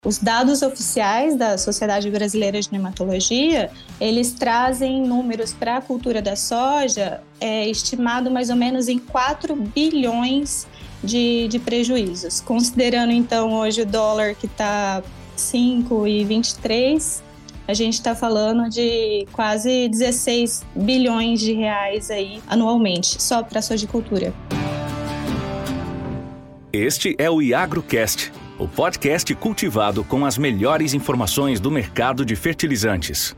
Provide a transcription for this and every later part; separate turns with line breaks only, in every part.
Os dados oficiais da Sociedade Brasileira de Nematologia, eles trazem números para a cultura da soja, estimado mais ou menos em 4 bilhões de prejuízos. Considerando, então, hoje o dólar que está 5,23, a gente está falando de quase 16 bilhões de reais aí anualmente, só para a sojicultura.
Este é o IagroCast, o podcast cultivado com as melhores informações do mercado de fertilizantes.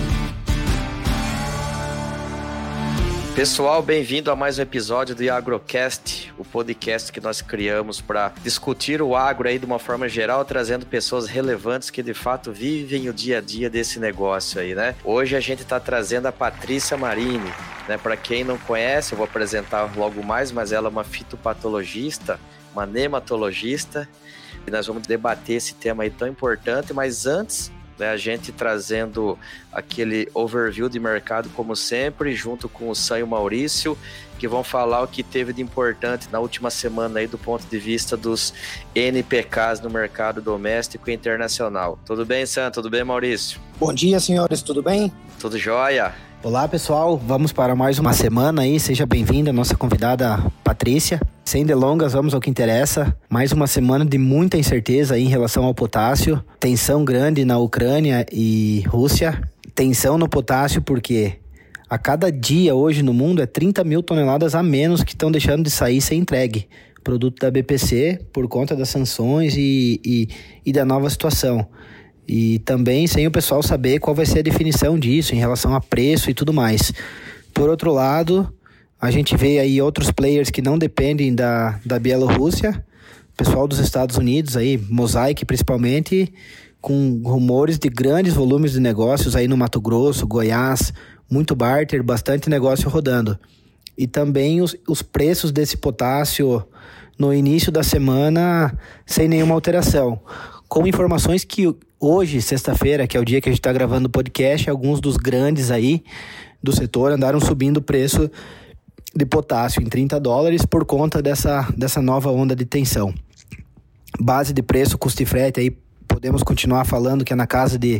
Pessoal, bem-vindo a mais um episódio do IagroCast, o podcast que nós criamos para discutir o agro aí de uma forma geral, trazendo pessoas relevantes que de fato vivem o dia a dia desse negócio aí, né? Hoje a gente está trazendo a Patrícia Marini, né? Para quem não conhece, eu vou apresentar logo mais, mas ela é uma fitopatologista, uma nematologista, e nós vamos debater esse tema aí tão importante, mas antes, né, a gente trazendo aquele overview de mercado como sempre, junto com o Sam e o Maurício, que vão falar o que teve de importante na última semana aí do ponto de vista dos NPKs no mercado doméstico e internacional. Tudo bem, Sam? Tudo bem, Maurício?
Bom dia, senhores. Tudo bem?
Tudo jóia.
Olá, pessoal. Vamos para mais uma semana aí. Seja bem-vinda, nossa convidada Patrícia. Sem delongas, vamos ao que interessa. Mais uma semana de muita incerteza aí em relação ao potássio. Tensão grande na Ucrânia e Rússia. Tensão no potássio porque a cada dia hoje no mundo é 30 mil toneladas a menos que estão deixando de sair sem entregue. Produto da BPC por conta das sanções e da nova situação. E também sem o pessoal saber qual vai ser a definição disso em relação a preço e tudo mais. Por outro lado, a gente vê aí outros players que não dependem da Bielorrússia, pessoal dos Estados Unidos aí, Mosaic principalmente, com rumores de grandes volumes de negócios aí no Mato Grosso, Goiás, muito barter, bastante negócio rodando. E também os preços desse potássio no início da semana sem nenhuma alteração. Com informações que hoje, sexta-feira, que é o dia que a gente está gravando o podcast, alguns dos grandes aí do setor andaram subindo o preço de potássio em $30 por conta dessa nova onda de tensão. Base de preço, custo e frete, aí podemos continuar falando que é na casa de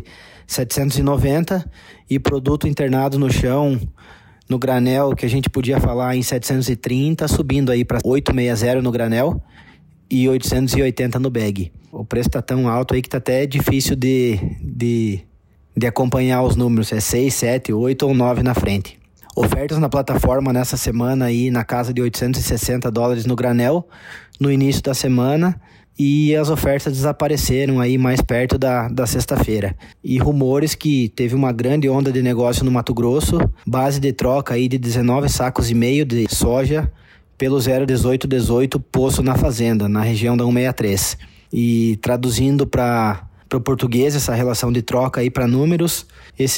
790 e produto internado no chão, no granel, que a gente podia falar em 730, subindo aí para 860 no granel e 880 no bag. O preço está tão alto aí que está até difícil de acompanhar os números, é 6, 7, 8 ou 9 na frente. Ofertas na plataforma nessa semana aí na casa de $860 no granel, no início da semana, e as ofertas desapareceram aí mais perto da sexta-feira. E rumores que teve uma grande onda de negócio no Mato Grosso, base de troca aí de 19 sacos e meio de soja pelo 0,1818 poço na fazenda, na região da 163. E traduzindo para o português essa relação de troca aí para números, esse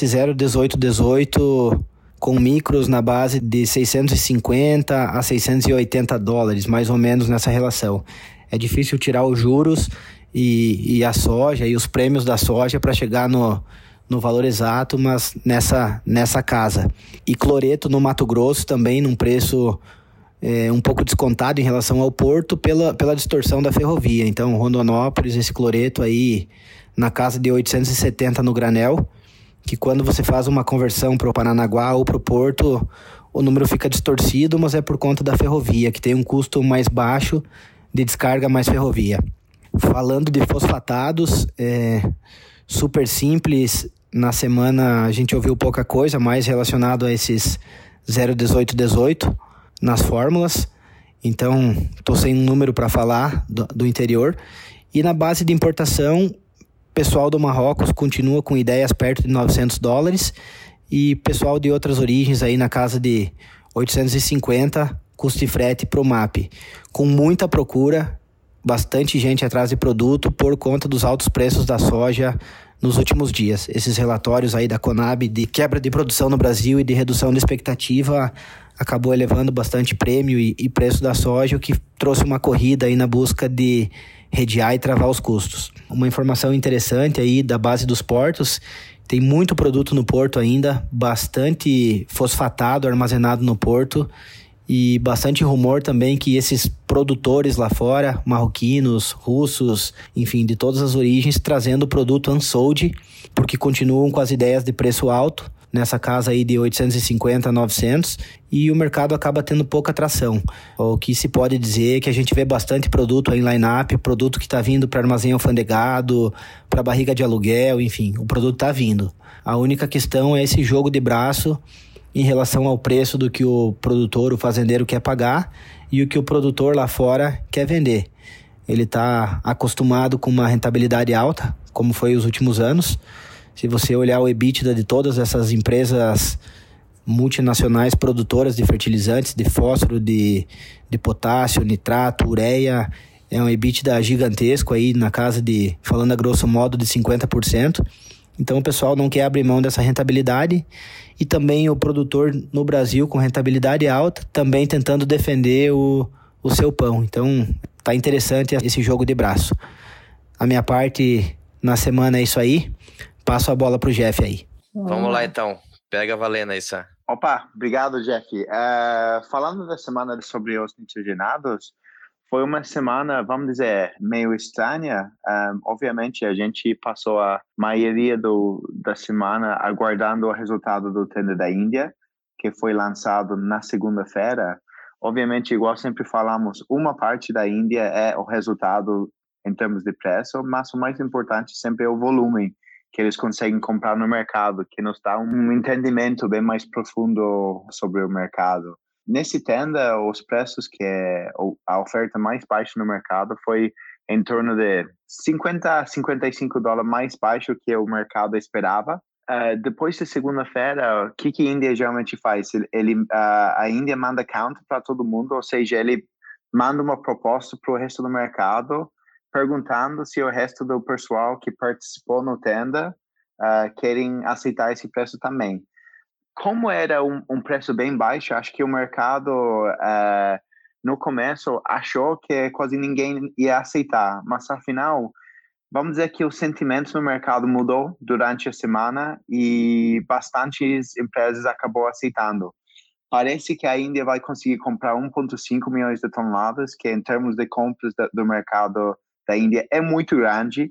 0,1818 com micros na base de 650 a $680, mais ou menos nessa relação. É difícil tirar os juros e a soja e os prêmios da soja para chegar no valor exato, mas nessa casa. E cloreto no Mato Grosso também num preço um pouco descontado em relação ao porto pela distorção da ferrovia. Então, Rondonópolis, esse cloreto aí na casa de 870 no granel, que quando você faz uma conversão para o Paranaguá ou para o porto, o número fica distorcido, mas é por conta da ferrovia, que tem um custo mais baixo de descarga mais ferrovia. Falando de fosfatados, super simples, na semana a gente ouviu pouca coisa, mais relacionado a esses 0,1818 nas fórmulas, então estou sem um número para falar do interior. E na base de importação, pessoal do Marrocos continua com ideias perto de $900 e pessoal de outras origens aí na casa de 850 custo e frete pro MAP, com muita procura, bastante gente atrás de produto por conta dos altos preços da soja nos últimos dias. Esses relatórios aí da Conab de quebra de produção no Brasil e de redução de expectativa acabou elevando bastante prêmio e preço da soja, o que trouxe uma corrida aí na busca de redear e travar os custos. Uma informação interessante aí da base dos portos, tem muito produto no porto ainda, bastante fosfatado armazenado no porto e bastante rumor também que esses produtores lá fora, marroquinos, russos, enfim, de todas as origens, trazendo o produto unsold, porque continuam com as ideias de preço alto, nessa casa aí de 850 a 900, e o mercado acaba tendo pouca atração. O que se pode dizer é que a gente vê bastante produto aí em line-up, produto que está vindo para armazém alfandegado, para barriga de aluguel, enfim, o produto está vindo. A única questão é esse jogo de braço em relação ao preço do que o produtor, o fazendeiro quer pagar e o que o produtor lá fora quer vender. Ele está acostumado com uma rentabilidade alta, como foi os últimos anos. Se você olhar o EBITDA de todas essas empresas multinacionais produtoras de fertilizantes, de fósforo, de potássio, nitrato, ureia, é um EBITDA gigantesco aí na casa de, falando a grosso modo, de 50%. Então o pessoal não quer abrir mão dessa rentabilidade, e também o produtor no Brasil com rentabilidade alta, também tentando defender o seu pão. Então tá interessante esse jogo de braço. A minha parte na semana é isso aí. Passo a bola pro Jeff aí.
Vamos lá então. Pega valendo aí, Sam.
Opa, obrigado, Jeff. Falando da semana sobre os nitrogenados, foi uma semana, vamos dizer, meio estranha. Obviamente, a gente passou a maioria da semana aguardando o resultado do tender da Índia, que foi lançado na segunda-feira. Obviamente, igual sempre falamos, uma parte da Índia é o resultado em termos de preço, mas o mais importante sempre é o volume que eles conseguem comprar no mercado, que nos dá um entendimento bem mais profundo sobre o mercado. Nesse tenda, os preços que é a oferta mais baixa no mercado foi em torno de 50 a 55 dólares mais baixo que o mercado esperava. Depois de segunda-feira, o que a Índia geralmente faz? A Índia manda counter para todo mundo, ou seja, ele manda uma proposta para o resto do mercado, perguntando se o resto do pessoal que participou no tenda querem aceitar esse preço também. Como era um preço bem baixo, acho que o mercado, no começo, achou que quase ninguém ia aceitar. Mas, afinal, vamos dizer que o sentimento no mercado mudou durante a semana e bastantes empresas acabou aceitando. Parece que a Índia vai conseguir comprar 1,5 milhões de toneladas, que em termos de compras do mercado da Índia é muito grande.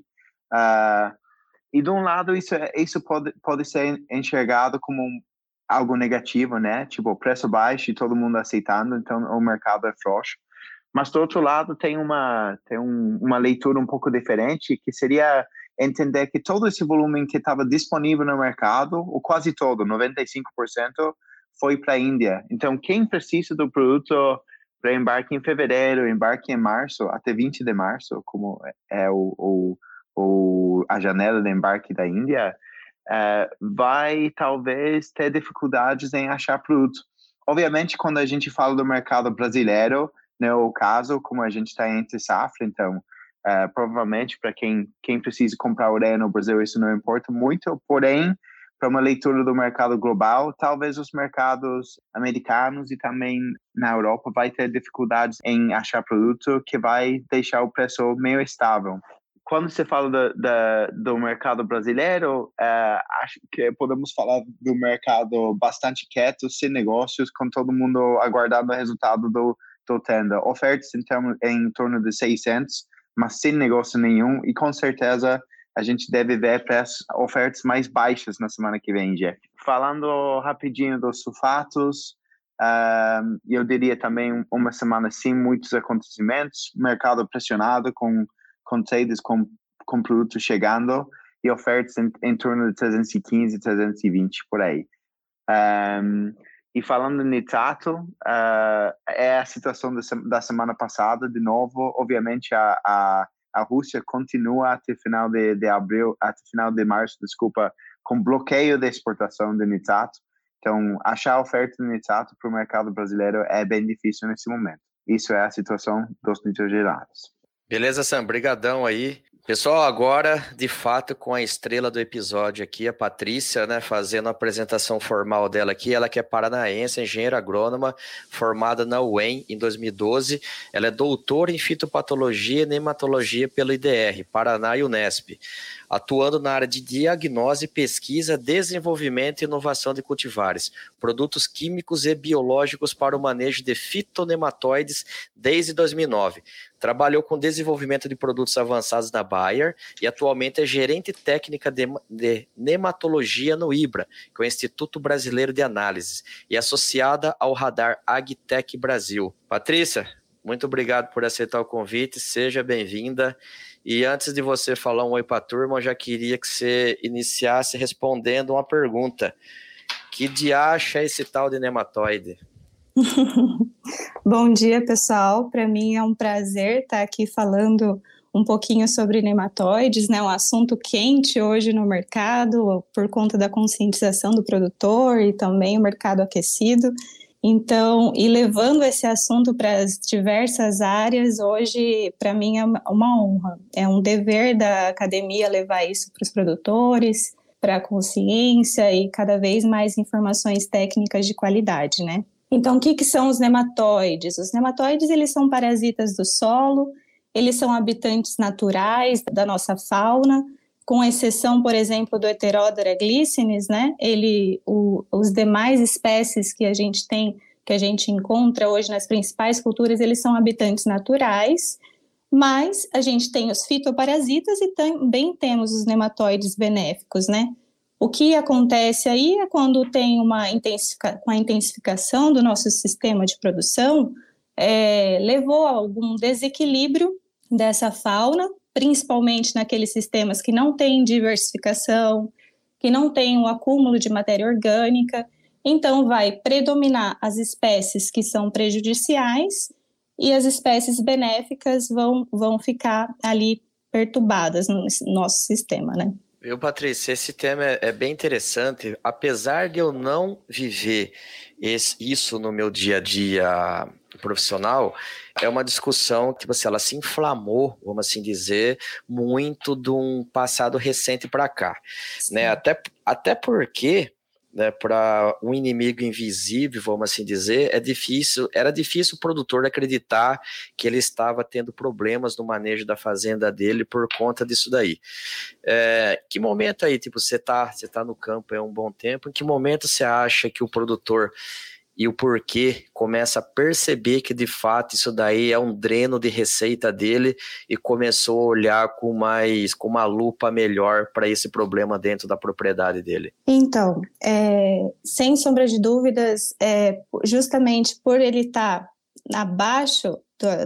E de um lado isso pode ser enxergado como algo negativo, né? Tipo, preço baixo e todo mundo aceitando, então o mercado é frouxo. Mas do outro lado tem uma leitura um pouco diferente, que seria entender que todo esse volume que estava disponível no mercado, ou quase todo, 95%, foi para a Índia. Então, quem precisa do produto para embarque em fevereiro, embarque em março, até 20 de março, como é a janela de embarque da Índia, vai talvez ter dificuldades em achar produto. Obviamente, quando a gente fala do mercado brasileiro, não é o caso, como a gente está entre safra, então provavelmente para quem precisa comprar ureia no Brasil isso não importa muito, porém para uma leitura do mercado global, talvez os mercados americanos e também na Europa vai ter dificuldades em achar produto que vai deixar o preço meio estável. Quando você fala do mercado brasileiro, acho que podemos falar do mercado bastante quieto, sem negócios, com todo mundo aguardando o resultado do tenda. Ofertas em torno de 600, mas sem negócio nenhum, e com certeza a gente deve ver ofertas mais baixas na semana que vem, Jeff. Falando rapidinho dos sulfatos, eu diria também uma semana sem muitos acontecimentos, mercado pressionado com traders com produtos chegando e ofertas em torno de 315, 320 por aí. E falando de nitrato, é a situação da semana passada, de novo. Obviamente a Rússia continua até final de março, com bloqueio da exportação de nitrato. Então, achar oferta de nitrato para o mercado brasileiro é bem difícil nesse momento. Isso é a situação dos nitrogenados.
Beleza, Sam? Brigadão aí. Pessoal, agora, de fato, com a estrela do episódio aqui, a Patrícia, né, fazendo a apresentação formal dela aqui, ela que é paranaense, engenheira agrônoma, formada na UEM em 2012, ela é doutora em fitopatologia e nematologia pelo IDR, Paraná e Unesp, atuando na área de diagnose, pesquisa, desenvolvimento e inovação de cultivares, produtos químicos e biológicos para o manejo de fitonematóides desde 2009. Trabalhou com desenvolvimento de produtos avançados na Bayer e atualmente é gerente técnica de nematologia no IBRA, que é o Instituto Brasileiro de Análises, e associada ao Radar Agtech Brasil. Patrícia, muito obrigado por aceitar o convite, seja bem-vinda. E antes de você falar um oi para a turma, eu já queria que você iniciasse respondendo uma pergunta. Que diacho é esse tal de nematóide?
Bom dia, pessoal. Para mim é um prazer estar aqui falando um pouquinho sobre nematóides, né? Um assunto quente hoje no mercado por conta da conscientização do produtor e também o mercado aquecido. Então, e levando esse assunto para as diversas áreas, hoje, para mim, é uma honra. É um dever da academia levar isso para os produtores, para a consciência e cada vez mais informações técnicas de qualidade, né? Então, o que são os nematóides? Os nematóides, eles são parasitas do solo, eles são habitantes naturais da nossa fauna, com exceção, por exemplo, do Heterodora glycinis, né? Os demais espécies que a gente tem, que a gente encontra hoje nas principais culturas, eles são habitantes naturais, mas a gente tem os fitoparasitas e também temos os nematóides benéficos, né? O que acontece aí é quando tem com a intensificação do nosso sistema de produção, levou a algum desequilíbrio dessa fauna, principalmente naqueles sistemas que não têm diversificação, que não têm um acúmulo de matéria orgânica. Então, vai predominar as espécies que são prejudiciais e as espécies benéficas vão ficar ali perturbadas no nosso sistema, né?
Viu, Patrícia, esse tema é bem interessante, apesar de eu não viver isso no meu dia a dia profissional, é uma discussão que ela se inflamou, vamos assim dizer, muito de um passado recente para cá, né? Até porque, né, para um inimigo invisível, vamos assim dizer, era difícil o produtor acreditar que ele estava tendo problemas no manejo da fazenda dele por conta disso daí. Que momento aí, você tá no campo há um bom tempo, em que momento você acha que o produtor e o porquê começa a perceber que de fato isso daí é um dreno de receita dele e começou a olhar com uma lupa melhor para esse problema dentro da propriedade dele?
Então, sem sombra de dúvidas, justamente por ele estar abaixo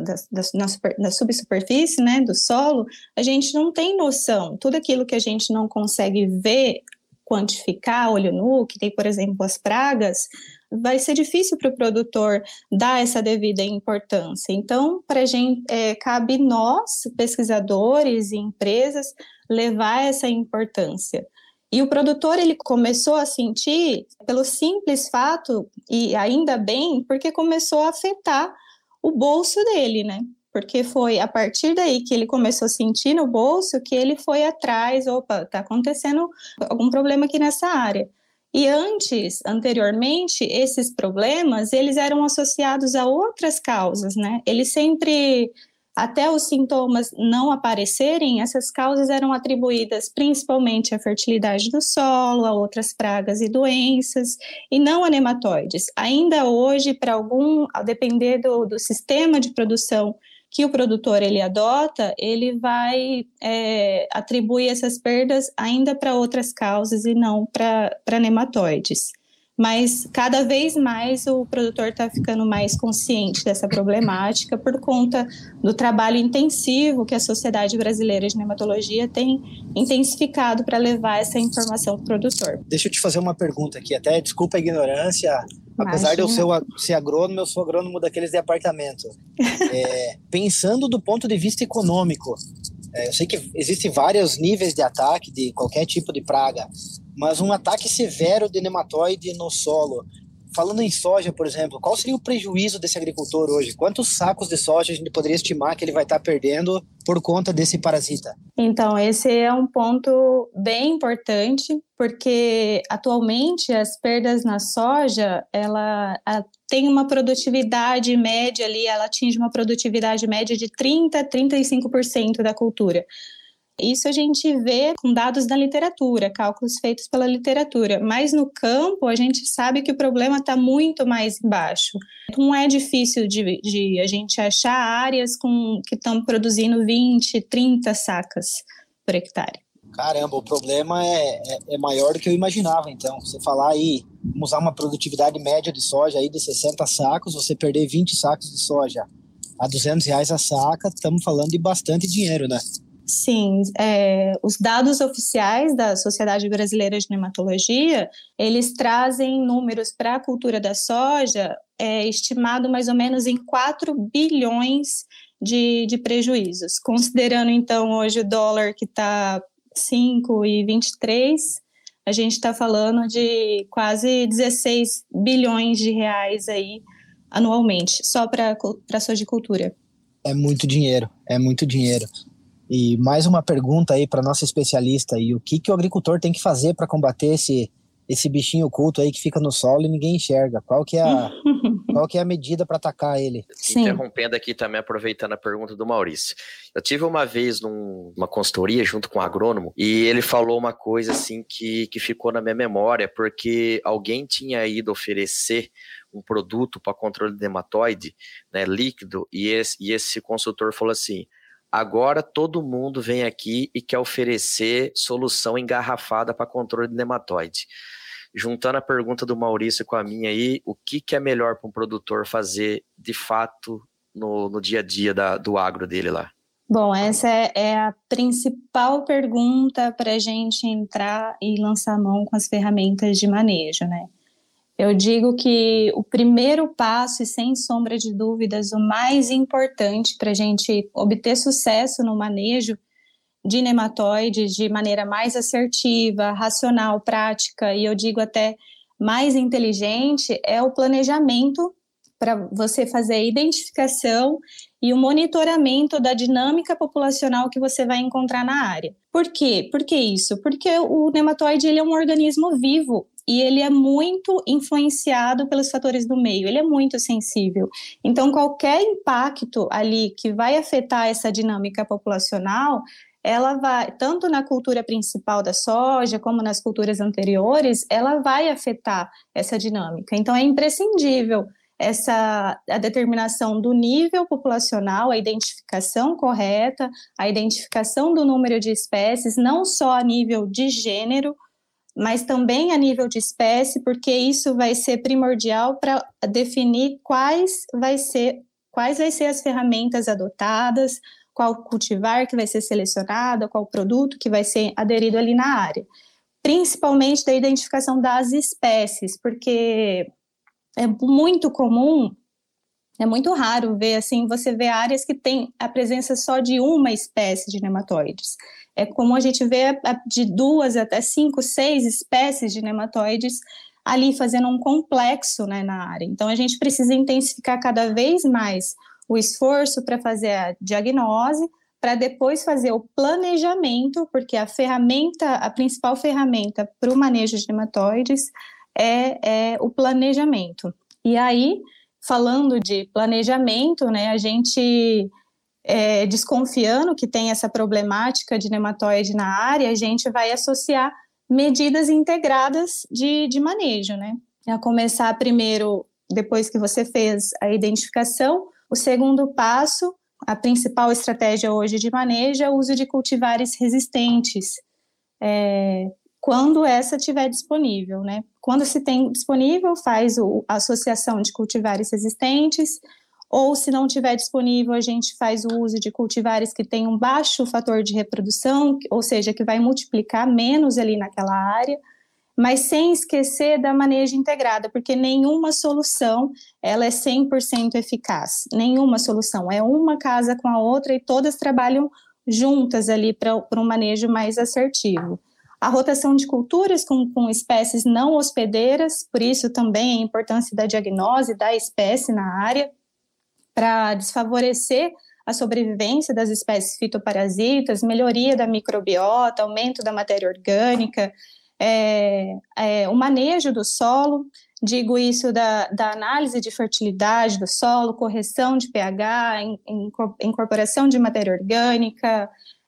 da subsuperfície, né, do solo, a gente não tem noção. Tudo aquilo que a gente não consegue ver, quantificar, olho nu, que tem, por exemplo, as pragas, vai ser difícil para o produtor dar essa devida importância. Então, para a gente, cabe nós, pesquisadores e empresas, levar essa importância. E o produtor, ele começou a sentir pelo simples fato, e ainda bem, porque começou a afetar o bolso dele, né? Porque foi a partir daí que ele começou a sentir no bolso que ele foi atrás, está acontecendo algum problema aqui nessa área. E anteriormente, esses problemas, eles eram associados a outras causas, né? Eles sempre, até os sintomas não aparecerem, essas causas eram atribuídas principalmente à fertilidade do solo, a outras pragas e doenças, e não a nematóides. Ainda hoje, a depender do sistema de produção que o produtor ele adota, ele vai atribuir essas perdas ainda para outras causas e não para nematóides. Mas cada vez mais o produtor está ficando mais consciente dessa problemática por conta do trabalho intensivo que a Sociedade Brasileira de Nematologia tem intensificado para levar essa informação para o produtor.
Deixa eu te fazer uma pergunta aqui, até desculpa a ignorância. Apesar de eu ser agrônomo, eu sou agrônomo daqueles de apartamento. Pensando do ponto de vista econômico, eu sei que existem vários níveis de ataque de qualquer tipo de praga, mas um ataque severo de nematóide no solo Falando em soja, por exemplo, qual seria o prejuízo desse agricultor hoje? Quantos sacos de soja a gente poderia estimar que ele vai estar perdendo por conta desse parasita?
Então, esse é um ponto bem importante, porque atualmente as perdas na soja, ela tem uma produtividade média ali, ela atinge uma produtividade média de 30% a 35% da cultura. Isso a gente vê com dados da literatura, cálculos feitos pela literatura, mas no campo a gente sabe que o problema está muito mais embaixo. Não é difícil de a gente achar áreas que estão produzindo 20, 30 sacas por hectare.
Caramba, o problema é maior do que eu imaginava, então. Você falar aí, vamos usar uma produtividade média de soja aí de 60 sacos, você perder 20 sacos de soja a R$200 a saca, estamos falando de bastante dinheiro, né?
Sim, os dados oficiais da Sociedade Brasileira de Nematologia, eles trazem números para a cultura da soja, estimado mais ou menos em 4 bilhões de prejuízos. Considerando, então, hoje o dólar que está 5,23, a gente está falando de quase 16 bilhões de reais aí anualmente, só para a sojicultura.
É muito dinheiro, é muito dinheiro. E mais uma pergunta aí para nossa especialista aí, o que o agricultor tem que fazer para combater esse bichinho oculto aí que fica no solo e ninguém enxerga? Qual que é a medida para atacar ele?
Sim.
Interrompendo aqui também, aproveitando a pergunta do Maurício. Eu tive uma vez numa consultoria junto com um agrônomo e ele falou uma coisa assim que ficou na minha memória, porque alguém tinha ido oferecer um produto para controle de nematóide, né, líquido, e esse consultor falou assim: agora todo mundo vem aqui e quer oferecer solução engarrafada para controle de nematóide. Juntando a pergunta do Maurício com a minha aí, o que é melhor para um produtor fazer de fato no dia a dia do agro dele lá?
Bom, essa é a principal pergunta para a gente entrar e lançar mão com as ferramentas de manejo, né? Eu digo que o primeiro passo, e sem sombra de dúvidas, o mais importante para a gente obter sucesso no manejo de nematóides de maneira mais assertiva, racional, prática, e eu digo até mais inteligente, é o planejamento para você fazer a identificação e o monitoramento da dinâmica populacional que você vai encontrar na área. Por quê? Por que isso? Porque o nematóide ele é um organismo vivo e ele é muito influenciado pelos fatores do meio, ele é muito sensível. Então, qualquer impacto ali que vai afetar essa dinâmica populacional, ela vai, tanto na cultura principal da soja, como nas culturas anteriores, ela vai afetar essa dinâmica. Então, é imprescindível a determinação do nível populacional, a identificação correta, a identificação do número de espécies, não só a nível de gênero, mas também a nível de espécie, porque isso vai ser primordial para definir quais vai ser as ferramentas adotadas, qual cultivar que vai ser selecionado, qual produto que vai ser aderido ali na área. Principalmente da identificação das espécies, porque é muito comum, é muito raro ver assim, você vê áreas que tem a presença só de uma espécie de nematóides. É comum a gente ver de 2 até 5, 6 espécies de nematóides ali fazendo um complexo, né, na área. Então a gente precisa intensificar cada vez mais o esforço para fazer a diagnose, para depois fazer o planejamento, porque a principal ferramenta para o manejo de nematóides é o planejamento. E aí, falando de planejamento, né, a gente, desconfiando que tem essa problemática de nematóide na área, a gente vai associar medidas integradas de manejo, né? A começar primeiro, depois que você fez a identificação, o segundo passo, a principal estratégia hoje de manejo é o uso de cultivares resistentes, quando essa estiver disponível, né? Quando se tem disponível, faz a associação de cultivares resistentes, ou se não tiver disponível, a gente faz o uso de cultivares que têm um baixo fator de reprodução, ou seja, que vai multiplicar menos ali naquela área, mas sem esquecer da manejo integrada, porque nenhuma solução ela é 100% eficaz, nenhuma solução, é uma casa com a outra e todas trabalham juntas ali para um manejo mais assertivo. A rotação de culturas com espécies não hospedeiras, por isso também a importância da diagnose da espécie na área, para desfavorecer a sobrevivência das espécies fitoparasitas, melhoria da microbiota, aumento da matéria orgânica, o manejo do solo, digo isso da análise de fertilidade do solo, correção de pH, incorporação de matéria orgânica,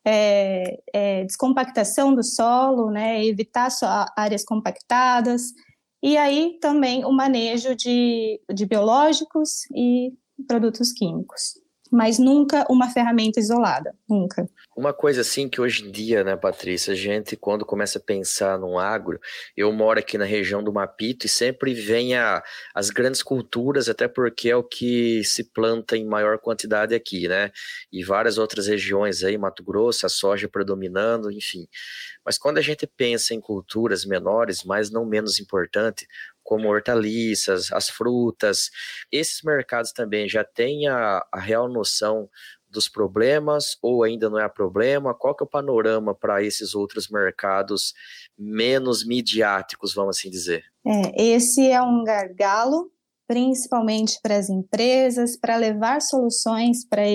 descompactação do solo, né, evitar áreas compactadas, e aí também o manejo de biológicos e produtos químicos, mas nunca uma ferramenta isolada, nunca.
Uma coisa assim que hoje em dia, né, Patrícia, a gente quando começa a pensar no agro, eu moro aqui na região do Mapito e sempre vem as grandes culturas, até porque é o que se planta em maior quantidade aqui, né, e várias outras regiões aí, Mato Grosso, a soja predominando, enfim. Mas quando a gente pensa em culturas menores, mas não menos importante, como hortaliças, as frutas, esses mercados também já têm a real noção dos problemas ou ainda não é problema? Qual que é o panorama para esses outros mercados menos midiáticos, vamos assim dizer?
Esse é um gargalo, principalmente para as empresas, para levar soluções para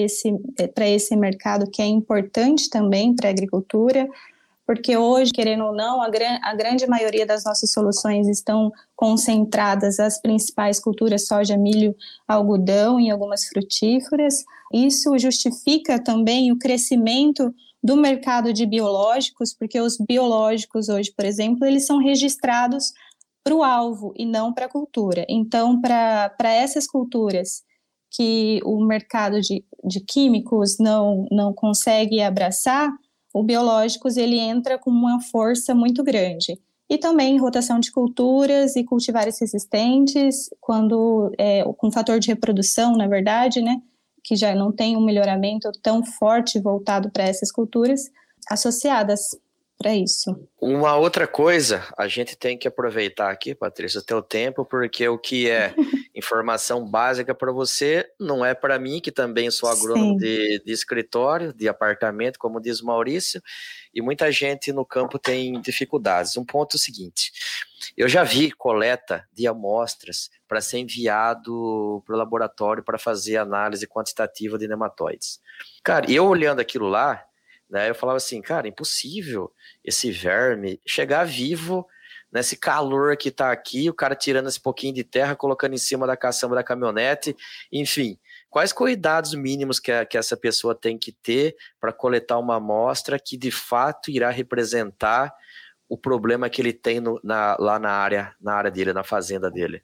esse mercado que é importante também para a agricultura, porque hoje, querendo ou não, a grande maioria das nossas soluções estão concentradas às principais culturas soja, milho, algodão e algumas frutíferas. Isso justifica também o crescimento do mercado de biológicos, porque os biológicos hoje, por exemplo, eles são registrados para o alvo e não para a cultura. Então, para essas culturas que o mercado de químicos não consegue abraçar, o biológicos ele entra com uma força muito grande. E também rotação de culturas e cultivares resistentes, quando com fator de reprodução, na verdade, né, que já não tem um melhoramento tão forte voltado para essas culturas, associadas para isso.
Uma outra coisa, a gente tem que aproveitar aqui, Patrícia, o teu tempo, porque o que é informação básica para você não é para mim, que também sou agrônomo de escritório, de apartamento, como diz o Maurício, e muita gente no campo tem dificuldades. Um ponto é o seguinte, eu já vi coleta de amostras para ser enviado para o laboratório para fazer análise quantitativa de nematóides. Cara, eu olhando aquilo lá, né, eu falava assim, cara, impossível esse verme chegar vivo nesse calor que tá aqui, o cara tirando esse pouquinho de terra, colocando em cima da caçamba da caminhonete, enfim. Quais cuidados mínimos que essa pessoa tem que ter para coletar uma amostra que de fato irá representar o problema que ele tem lá na área dele, na fazenda dele?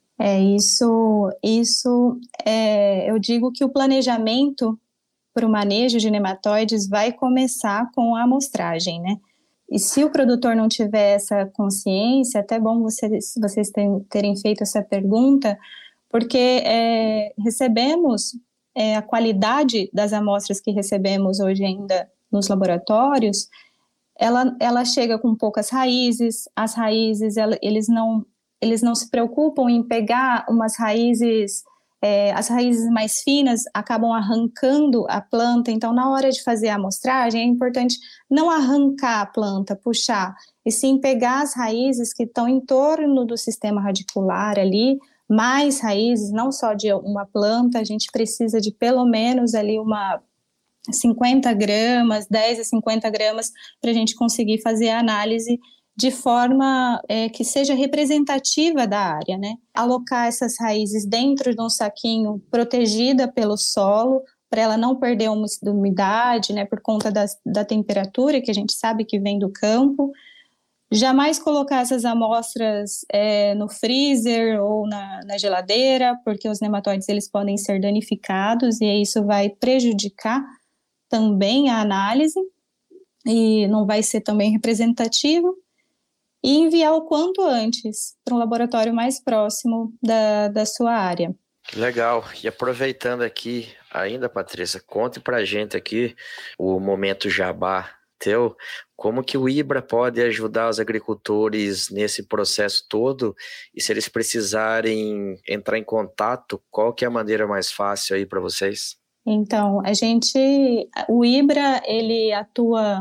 Eu digo que o planejamento para o manejo de nematóides vai começar com a amostragem, né? E se o produtor não tiver essa consciência, até bom vocês terem feito essa pergunta, porque recebemos a qualidade das amostras que recebemos hoje ainda nos laboratórios, ela chega com poucas raízes, as raízes, eles não se preocupam em pegar umas raízes, as raízes mais finas acabam arrancando a planta, então na hora de fazer a amostragem é importante não arrancar a planta, puxar, e sim pegar as raízes que estão em torno do sistema radicular ali, mais raízes, não só de uma planta, a gente precisa de pelo menos ali 50 gramas, 10 a 50 gramas, para a gente conseguir fazer a análise de forma que seja representativa da área, né? Alocar essas raízes dentro de um saquinho protegida pelo solo, para ela não perder uma umidade, né, por conta da temperatura que a gente sabe que vem do campo. Jamais colocar essas amostras no freezer ou na geladeira, porque os nematóides eles podem ser danificados e isso vai prejudicar também a análise e não vai ser também representativo. E enviar o quanto antes para um laboratório mais próximo da sua área.
Legal. E aproveitando aqui ainda, Patrícia, conte para a gente aqui o momento jabá teu, como que o IBRA pode ajudar os agricultores nesse processo todo e se eles precisarem entrar em contato, qual que é a maneira mais fácil aí para vocês?
Então, o IBRA, ele atua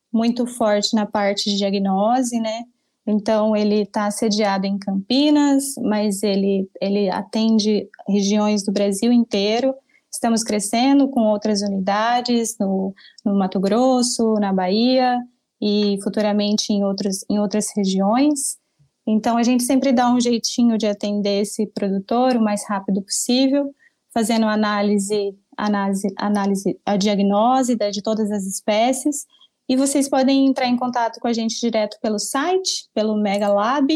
muito forte na parte de diagnose, né? Então, ele está sediado em Campinas, mas ele atende regiões do Brasil inteiro. Estamos crescendo com outras unidades no Mato Grosso, na Bahia e futuramente em outras regiões. Então, a gente sempre dá um jeitinho de atender esse produtor o mais rápido possível, fazendo a diagnose de todas as espécies. E vocês podem entrar em contato com a gente direto pelo site, pelo Megalab,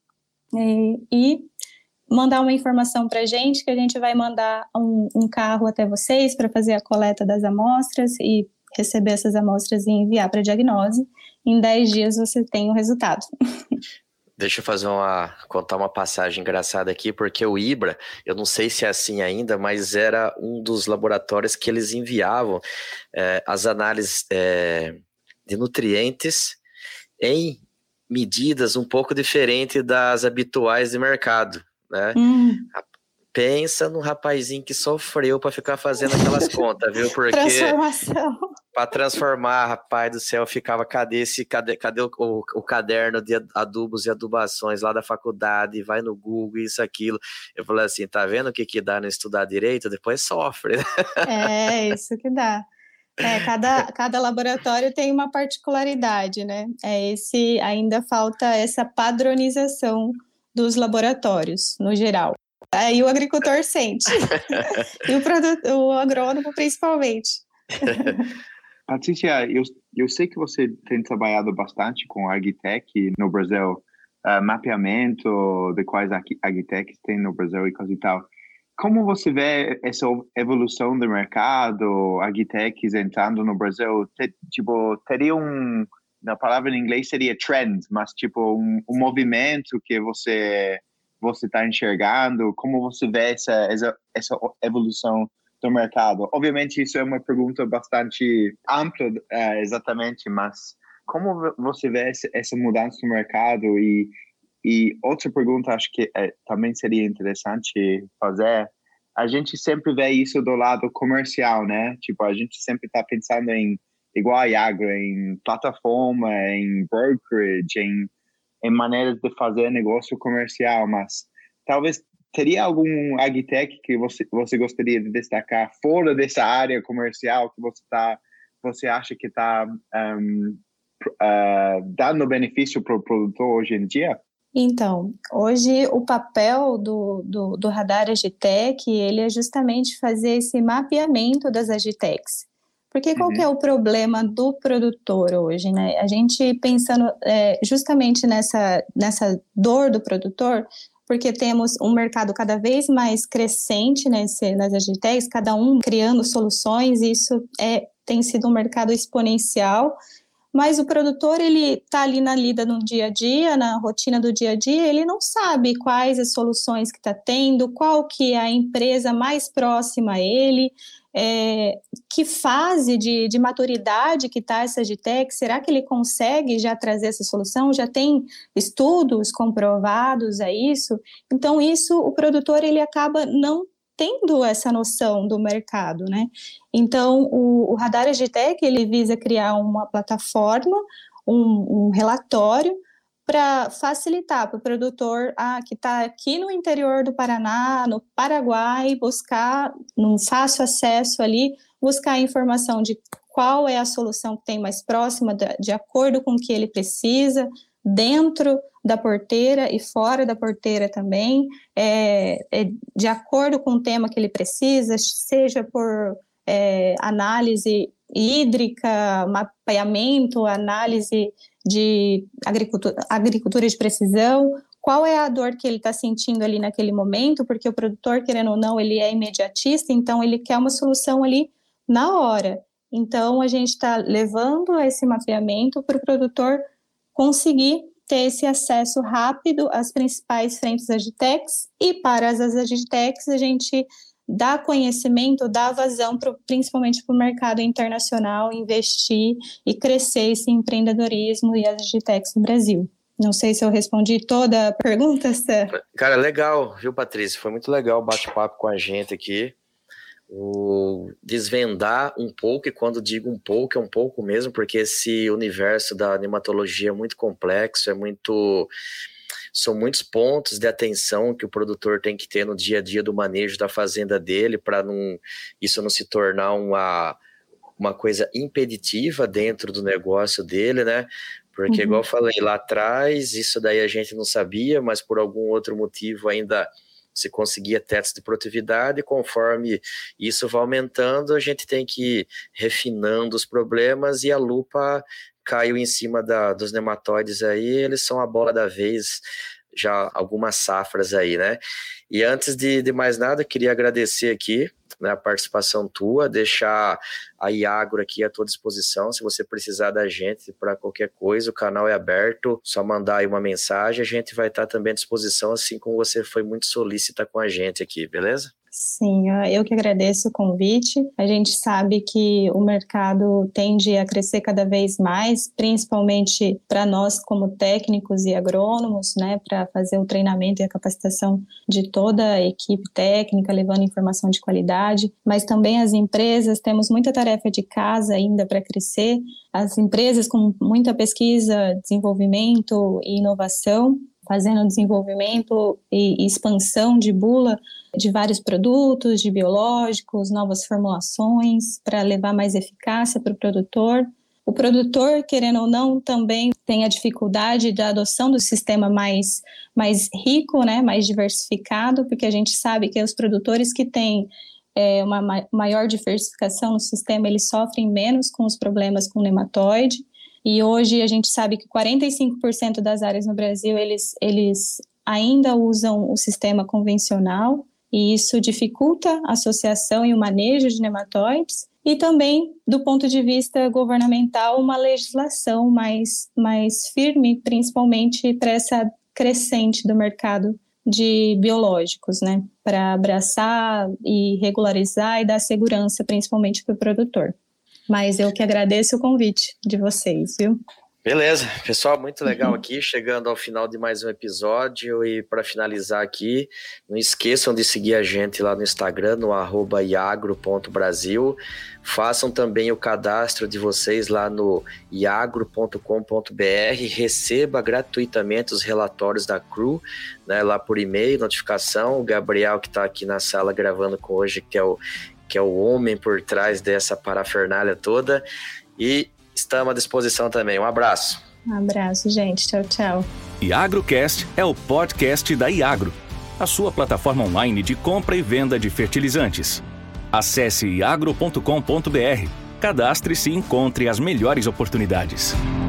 e mandar uma informação para a gente, que a gente vai mandar um carro até vocês para fazer a coleta das amostras e receber essas amostras e enviar para a diagnose. Em 10 dias você tem o resultado.
Deixa eu contar uma passagem engraçada aqui, porque o IBRA, eu não sei se é assim ainda, mas era um dos laboratórios que eles enviavam as análises de nutrientes em medidas um pouco diferentes das habituais de mercado, né? Pensa no rapazinho que sofreu para ficar fazendo aquelas contas, viu? Porque
transformação.
Para transformar, rapaz do céu, ficava, cadê o caderno de adubos e adubações lá da faculdade, vai no Google, isso, aquilo. Eu falei assim, tá vendo o que dá não estudar direito? Depois sofre, né?
É, isso que dá. Cada laboratório tem uma particularidade, né? Ainda falta essa padronização dos laboratórios, no geral. Aí o agricultor sente, e o agrônomo principalmente.
Patrícia, eu sei que você tem trabalhado bastante com agtech no Brasil, mapeamento de quais agtechs tem no Brasil e coisa e tal. Como você vê essa evolução do mercado, agtechs entrando no Brasil? Teria na palavra em inglês seria trend, mas um movimento que você está enxergando? Como você vê essa evolução do mercado? Obviamente isso é uma pergunta bastante ampla, exatamente, mas como você vê essa mudança no mercado? E outra pergunta, acho que também seria interessante fazer, a gente sempre vê isso do lado comercial, né? A gente sempre está pensando igual a Iagro, em plataforma, em brokerage, em maneiras de fazer negócio comercial, mas talvez teria algum agtech que você gostaria de destacar fora dessa área comercial que você acha que está dando benefício para o produtor hoje em dia?
Então, hoje o papel do radar agtech, ele é justamente fazer esse mapeamento das agtechs. Porque qual que é o problema do produtor hoje, né? A gente pensando justamente nessa dor do produtor, porque temos um mercado cada vez mais crescente nas agtechs, cada um criando soluções, e isso tem sido um mercado exponencial. Mas o produtor, ele está ali na lida no dia a dia, na rotina do dia a dia, ele não sabe quais as soluções que está tendo, qual que é a empresa mais próxima a ele, que fase de maturidade que está essa agtech, será que ele consegue já trazer essa solução? Já tem estudos comprovados a isso? Então, o produtor, ele acaba não tendo essa noção do mercado, né? Então, o Radar agtech, ele visa criar uma plataforma, um relatório para facilitar para o produtor que está aqui no interior do Paraná, no Paraguai, buscar, num fácil acesso ali, buscar a informação de qual é a solução que tem mais próxima, de acordo com o que ele precisa, dentro da porteira e fora da porteira também, de acordo com o tema que ele precisa, seja por análise hídrica, mapeamento, análise de agricultura de precisão, qual é a dor que ele está sentindo ali naquele momento, porque o produtor, querendo ou não, ele é imediatista, então ele quer uma solução ali na hora. Então, a gente está levando esse mapeamento para o produtor conseguir ter esse acesso rápido às principais frentes agtechs, e para as agtechs a gente dá conhecimento, dá vazão principalmente para o mercado internacional, investir e crescer esse empreendedorismo e as agtechs no Brasil. Não sei se eu respondi toda a pergunta, Sam.
Cara, legal, viu, Patrícia? Foi muito legal o bate-papo com a gente aqui. desvendar um pouco, e quando digo um pouco, é um pouco mesmo, porque esse universo da nematologia é muito complexo, são muitos pontos de atenção que o produtor tem que ter no dia a dia do manejo da fazenda dele, para isso não se tornar uma coisa impeditiva dentro do negócio dele, né? Porque, igual eu falei lá atrás, isso daí a gente não sabia, mas por algum outro motivo ainda se conseguia testes de produtividade, e conforme isso vai aumentando, a gente tem que ir refinando os problemas, e a lupa caiu em cima dos nematóides aí, eles são a bola da vez, já algumas safras aí, né? E antes de mais nada, eu queria agradecer aqui, né, a participação tua, deixar a Iagro aqui à tua disposição, se você precisar da gente para qualquer coisa, o canal é aberto, só mandar aí uma mensagem, a gente vai estar também à disposição, assim como você foi muito solícita com a gente aqui, beleza?
Sim, eu que agradeço o convite. A gente sabe que o mercado tende a crescer cada vez mais, principalmente para nós como técnicos e agrônomos, né, para fazer o treinamento e a capacitação de toda a equipe técnica, levando informação de qualidade, mas também as empresas, temos muita tarefa de casa ainda para crescer. As empresas com muita pesquisa, desenvolvimento e inovação, fazendo desenvolvimento e expansão de bula de vários produtos, de biológicos, novas formulações para levar mais eficácia para o produtor. O produtor, querendo ou não, também tem a dificuldade da adoção do sistema mais rico, né, mais diversificado, porque a gente sabe que os produtores que têm uma maior diversificação no sistema, eles sofrem menos com os problemas com nematóide. E hoje a gente sabe que 45% das áreas no Brasil, eles ainda usam o sistema convencional, e isso dificulta a associação e o manejo de nematóides. E também, do ponto de vista governamental, uma legislação mais firme, principalmente para essa crescente do mercado de biológicos, né? Para abraçar e regularizar e dar segurança, principalmente para o produtor. Mas eu que agradeço o convite de vocês, viu?
Beleza, pessoal, muito legal aqui, chegando ao final de mais um episódio, e para finalizar aqui, não esqueçam de seguir a gente lá no Instagram, no @iagro.brasil, façam também o cadastro de vocês lá no iagro.com.br, receba gratuitamente os relatórios da CRU, né, lá por e-mail, notificação. O Gabriel, que está aqui na sala gravando com hoje, que é o homem por trás dessa parafernália toda, e estamos à disposição também. Um abraço.
Um abraço, gente. Tchau, tchau.
IagroCast é o podcast da Iagro, a sua plataforma online de compra e venda de fertilizantes. Acesse iagro.com.br, cadastre-se e encontre as melhores oportunidades.